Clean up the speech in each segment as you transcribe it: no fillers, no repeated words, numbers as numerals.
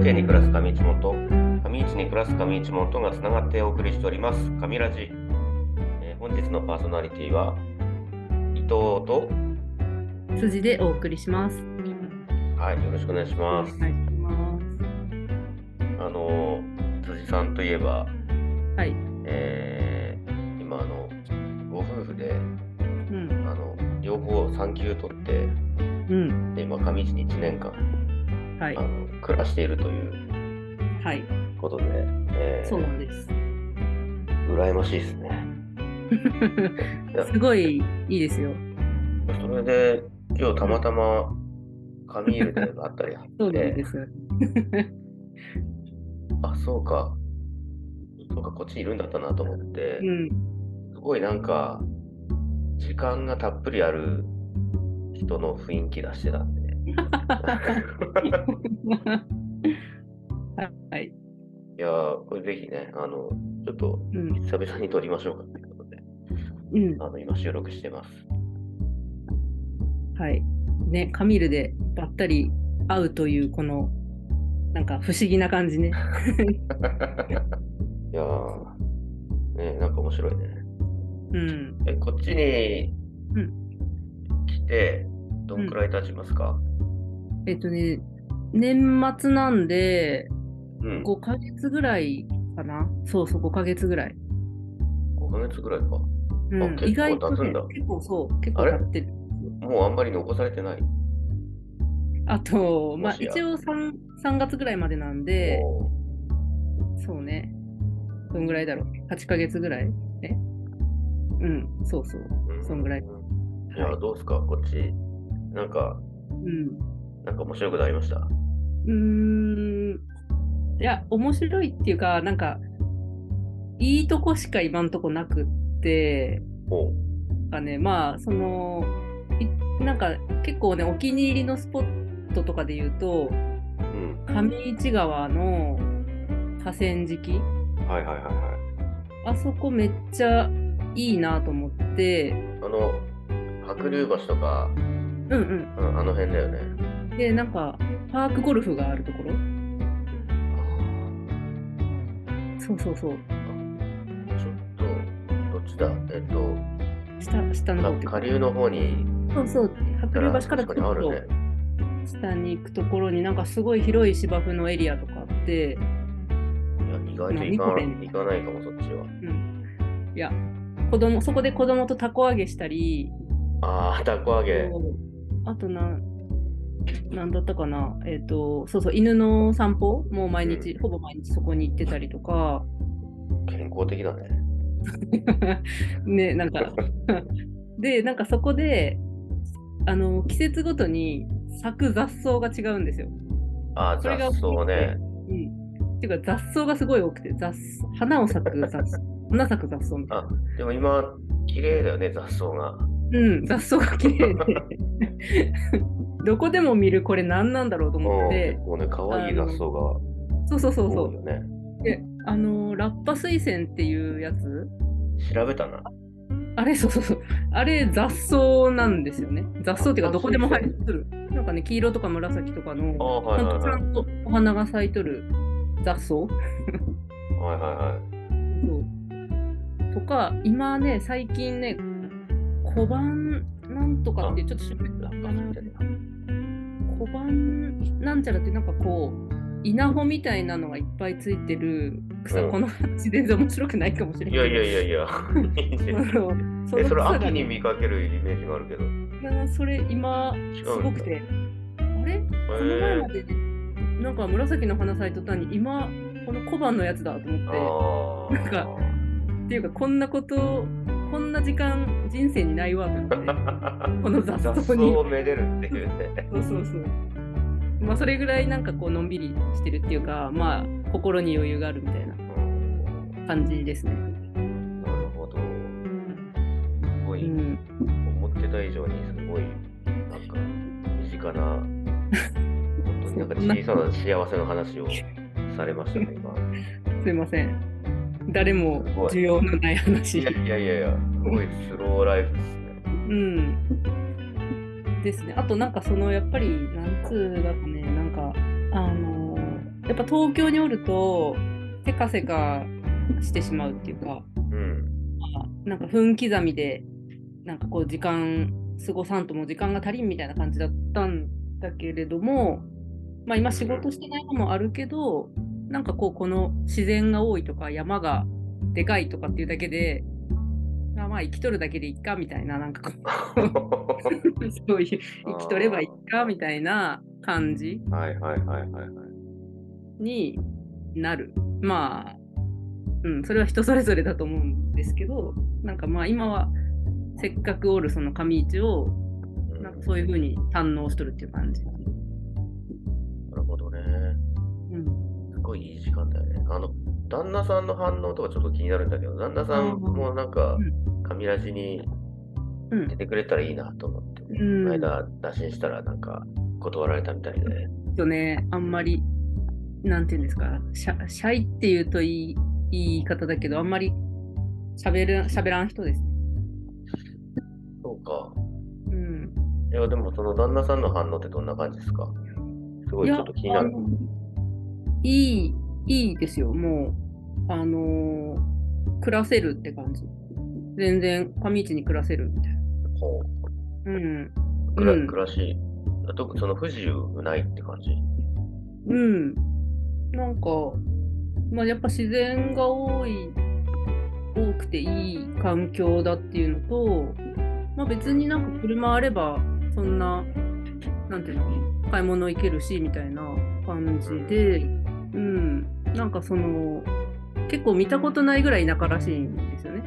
県に暮らす上市門と上市に暮らす上市門とがつながってお送りしております上ラジ、本日のパーソナリティは伊藤と辻でお送りします。 はい、よろしくお願いします。 お願いします。 辻さんといえば、 はい。 今ご夫婦で、両方産休取って、で今上市に1年間、 はい、 暮らしているということで、 そうなんです。 羨ましいですね。 すごいいいですよ。 それで今日たまたま上入であったりそうなんですよ。 あ、そうかこっちにいるんだったなと思って、すごいなんか時間がたっぷりある人の雰囲気出してたんではい。 いやこれぜひね、ちょっと久々に撮りましょうかということで、今収録してます。 はい。ね、カミールでばったり会うというこのなんか不思議な感じね。 いやね、なんか面白いね。こっちに来てどんくらい経ちますか？ 年末なんで、5ヶ月ぐらいかな。そうそう、5ヶ月ぐらい。 5ヶ月ぐらいか。 意外と経つんだ。 結構経ってる。 もうあんまり残されてない。 あと、一応3月ぐらいまでなんで、そうね。どんぐらいだろう。8ヶ月ぐらいそうそう。そんぐらい。 いや、どうすか、こっち。なんか面白くなりました？ いや、面白いっていうか、なんか、いいとこしか今んとこなくって、なんか結構ね、お気に入りのスポットとかで言うと、上市川の河川敷、あそこめっちゃいいなと思って、 白龍橋とか、あの辺だよね。 で、なんかパークゴルフがあるところ。そうそうそう。 ちょっとどっちだ？ 下の方って下流の方に。 そうそう、白龍橋からちょっと下に行くところになんかすごい広い芝生のエリアとかあって、 意外と行かないかも、そっちは。 いや、そこで子供とたこ揚げしたり、 たこ揚げ。 あとなんだったかな、そうそう、犬の散歩もうほぼ毎日そこに行ってたりとか。 健康的だね。 ね、なんかで、なんかそこで、季節ごとに咲く雑草が違うんですよ。 雑草ね。 っていうか雑草がすごい多くて、花咲く雑草みたいな。 でも今、綺麗だよね、雑草が。 雑草が綺麗で。どこでも見るこれ何なんだろうと思って。 結構ね、可愛い雑草が。 そう。 ね、 で、ラッパ水仙っていうやつ調べたな。 あれ、そう。あれ、雑草なんですよね。雑草っていうか、どこでも生えてる。なんかね、黄色とか紫とかの、ちゃんとお花が咲いとる雑草。そうとか、今ね、最近ね、小判なんとかってちょっと調べたかな。小判なんちゃらってなんかこう稲穂みたいなのがいっぱいついてる草、この話全然面白くないかもしれないけど。 いやそれ秋に見かけるイメージがあるけど。 それ今すごくて、あれこの前までなんか紫の花咲いとったのに今この小判のやつだと思って、なんかっていうかこんな時間人生にないわと思って、この雑草にをめでるっていうね。 そう。それぐらいなんかこうのんびりしてるっていうか、心に余裕があるみたいな感じですね。 なるほど。すごい、思ってた以上にすごいなんか身近な本当になんか小さな幸せの話をされましたね今。 すいません。誰も需要のない話。 いや、すごいスローライフですね。 ですね。あとなんかやっぱりなんつうだかね、なんかやっぱ東京におるとせかせかしてしまうっていうか、 うん。 なんか分刻みでなんかこう時間過ごさんとも時間が足りんみたいな感じだったんだけれども、まあ今仕事してないのもあるけど、なんかこうこの自然が多いとか山がでかいとかっていうだけで、まあ生きとるだけでいいかみたいな、なんかこうそういう生きとればいいかみたいな感じはいはいはいはいはい。 になる。まあ、それは人それぞれだと思うんですけど、なんかまあ今はせっかくおるその上市をなんかそういう風に堪能しとるっていう感じ。 なるほどね。すごいいい時間だよね。旦那さんの反応とかちょっと気になるんだけど、旦那さんもなんか、神ラジに出てくれたらいいなと思って、この間打診したらなんか断られたみたいで。 あんまり、なんていうんですか、シャイっていうといい言い方だけど、あんまり喋らん人ですね。 そうか。 うん。 いや、でもその旦那さんの反応ってどんな感じですか？すごいや、 いちょっと気になる。 いいですよ。もう、暮らせるって感じ。全然、上市に暮らせるみたいな。 ほうん。 う。暮らし、特にその不自由ないって感じ。 うん。なんか、まあ、やっぱ自然が多くていい環境だっていうのと、まあ、別になんか車あれば、そんな、なんていうの、買い物行けるし、みたいな感じで、なんかその、結構見たことないぐらい田舎らしいんですよね。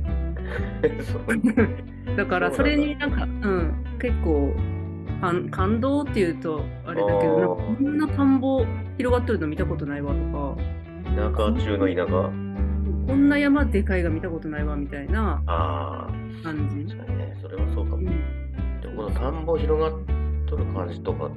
だからそれになんか、結構感動っていうとあれだけど、なんかこんな田んぼ広がってるの見たことないわとか、 田舎中の田舎。 こんな山でかいが見たことないわみたいな感じ。 確かにね、それはそうかも。でもこの田んぼ広がっとる感じとかって、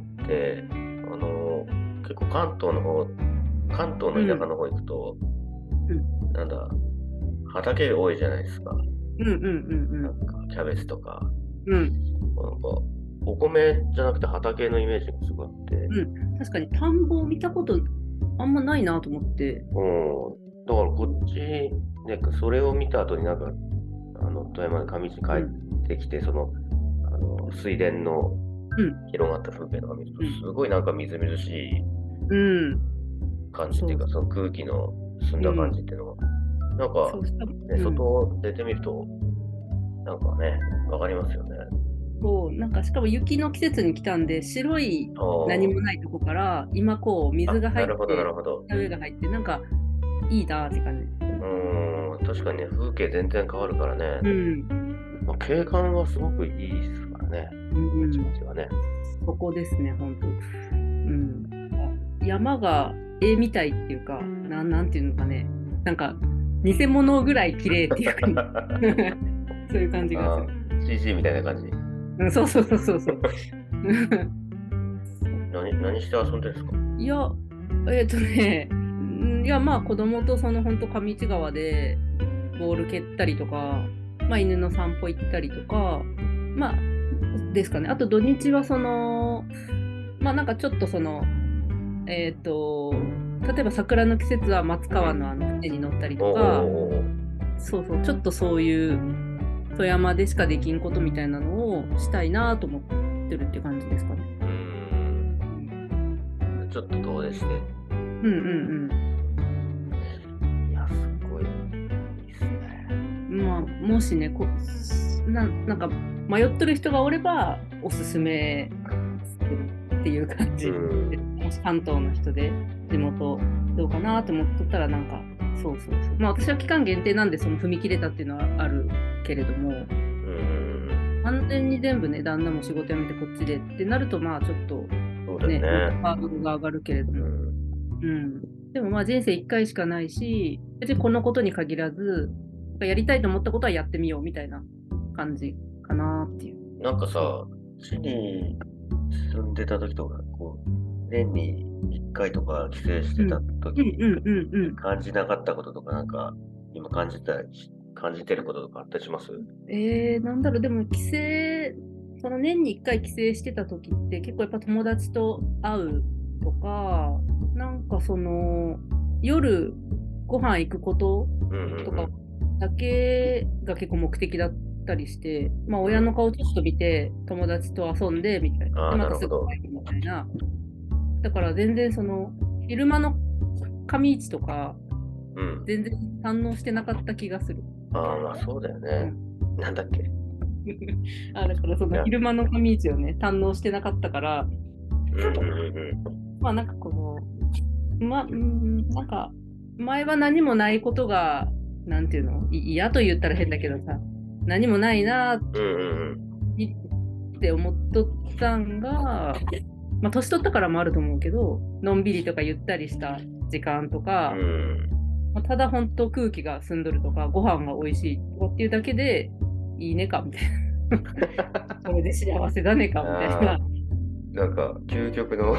結構関東の田舎の方行くと、なんだ、畑多いじゃないですか。なんかキャベツとか、なんかお米じゃなくて畑のイメージがすごいあって。 確かに田んぼを見たことあんまないなと思って。 だからこっち、ね、それを見た後になんか、富山で上市に帰ってきて、水田の広がった風景とか見ると、すごいなんかみずみずしい感じっていうか、その空気の澄んだ感じっていうのが、なんか、ね、外出てみると、なんかね、わかりますよね。 そう、なんかしかも雪の季節に来たんで、白い何もないとこから、今こう水が入って、雨が入って、なんかいいなって感じ。 確かにね、風景全然変わるからね。景観はすごくいいですからね。もちもちはね。 そこですね、本当。山が絵みたいっていうか、なんていうのかね、なんか偽物ぐらい綺麗っていうか、そういう感じがする。 CG みたいな感じ。 そうそうそうそうそう。 何して遊んでるんですか？ いや、いやまあ子供とその本当上市川でボール蹴ったりとか、まあ犬の散歩行ったりとか、まあですかね。あと土日はその、まあなんかちょっとその、例えば桜の季節は松川の船に乗ったりとか、そうそう、ちょっとそういう富山でしかできんことみたいなのをしたいなと思ってるっていう感じですかね。 ちょっと遠出して。いや、すごいいいっすね。 まあ、もしね、なんか迷ってる人がおれば、おすすめっていう感じ。もし関東の人で地元どうかなと思っとったら、なんか、そうそうそう。まあ私は期間限定なんで、その踏み切れたっていうのはあるけれども、完全に全部ね、旦那も仕事辞めてこっちでってなると、まあちょっとね、ハードルが上がるけれども。でもまあ人生1回しかないし、別にこのことに限らず、やりたいと思ったことはやってみようみたいな感じかなっていう。 なんかさ、市に住んでた時とか、こう、年に1回とか帰省してた時に感じなかったこととか、なんか今感じてることとかあったりします？ なんだろう、でも帰省、その年に1回帰省してた時って結構やっぱ友達と会うとか、なんかその夜ご飯行くこととかだけが結構目的だったりして、まあ親の顔ちょっと見て友達と遊んでみたいな。で、またすぐ帰るみたいな。だから全然その昼間の上市とか、全然堪能してなかった気がする。 ああ、まあそうだよね。なんだっけだからその昼間の上市をね、堪能してなかったから、まあなんかこの、なんか前は何もないことが、なんていうの、嫌と言ったら変だけどさ、何もないなって思っとったんが、まあ年取ったからもあると思うけど、のんびりとかゆったりした時間とか、まあ、ただ本当空気が澄んどるとか、ご飯が美味しいとかっていうだけでいいねかみたいな。それで幸せだねかみたいな。 なんか究極の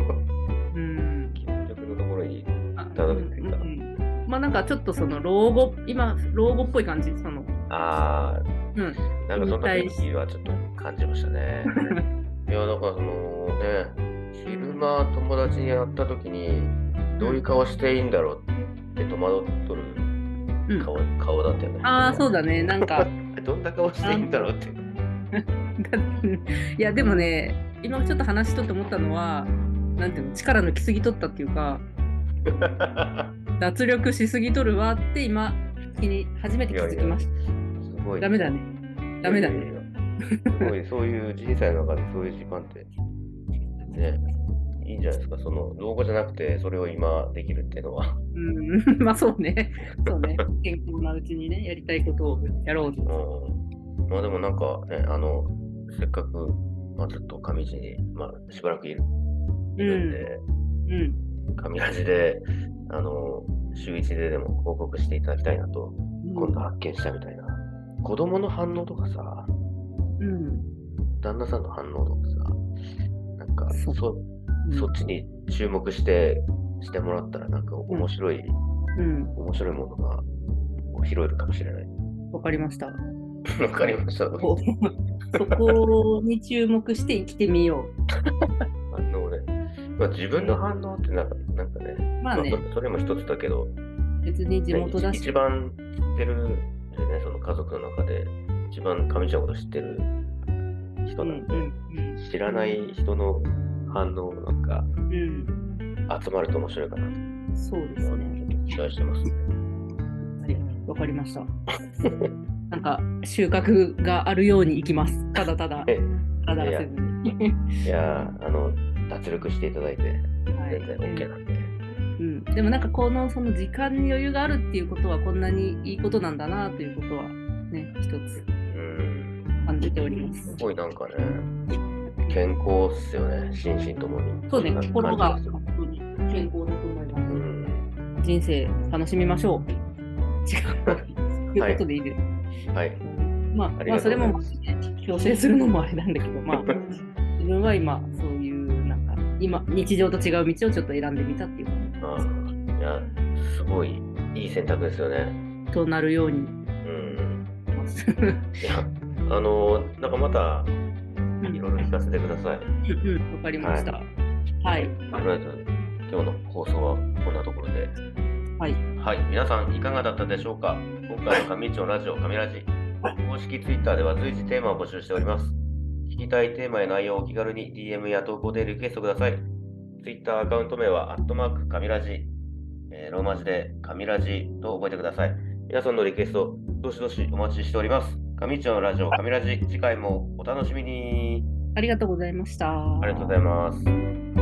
究極のところにたどり着いた。 まあなんかちょっとその老後っぽい感じ。そのなんかそんな雰囲気はちょっと感じましたね。いや、だからそのね、昼間友達に会った時にどういう顔していいんだろうって戸惑っとる顔だったよね。 ああ、そうだね。なんかどんな顔していいんだろうって。 いやでもね、今ちょっと話しとって思ったのは、なんていうの、力抜きすぎとったっていうか、脱力しすぎとるわって今初めて気づきました。 すごい。 ダメだね。ダメだね。 すごい、そういう人生の中でそういう時間ってね、いいんじゃないですか。その老後じゃなくてそれを今できるっていうのは。 まあそうね。そうね。健康なうちにね、やりたいことをやろうと。 まあでもなんかね、せっかく、まあ、ずっと上地に、まあ、しばらくいるんで、上ラジで、週1ででも報告していただきたいなと、今度発見したみたいな。子供の反応とかさ、旦那さんの反応とかさ、なんかそっちに注目してもらったら、なんか面白いものが拾えるかもしれない。 わかりました。 わかりました。 そこに注目して生きてみよう。反応ね。まあ、自分の反応ってなんかね、 まあね、 それも一つだけど、 別に地元だし。 一番知ってる、ね、その家族の中で一番上ちゃんのこと知ってる人なんで、知らない人の反応なんか、集まると面白いかなと。 そうですね。 ちょっと期待してますね。 はい、わかりました。なんか収穫があるようにいきます。ただただせずに。 いや脱力していただいて、全然 OK なんで。 でもなんかその時間に余裕があるっていうことはこんなにいいことなんだなということはね、一つ感じております。 すごいなんかね、健康っすよね、心身ともに。 そうね、心が本当に健康だと思います。人生楽しみましょう。違う。ということでいいです。 はい。 まあそれも強制するのもあれなんだけど、まあ自分は今そういうなんか日常と違う道をちょっと選んでみたっていう感じです。 いや、すごいいい選択ですよね。 となるように。 いや、なんかまたいろいろ聞かせてください。 わかりました。はい。 とりあえず今日の放送はこんなところで。 はい。 はい。皆さんいかがだったでしょうか。今回の上町ラジオ上ラジ公式ツイッターでは随時テーマを募集しております。聞きたいテーマや内容をお気軽に DM や投稿でリクエストください。ツイッターアカウント名は@上ラジ、ローマ字で上ラジと覚えてください。皆さんのリクエストどしどしお待ちしております。上町のラジオ上ラジ、次回もお楽しみに。 ありがとうございました。 ありがとうございます。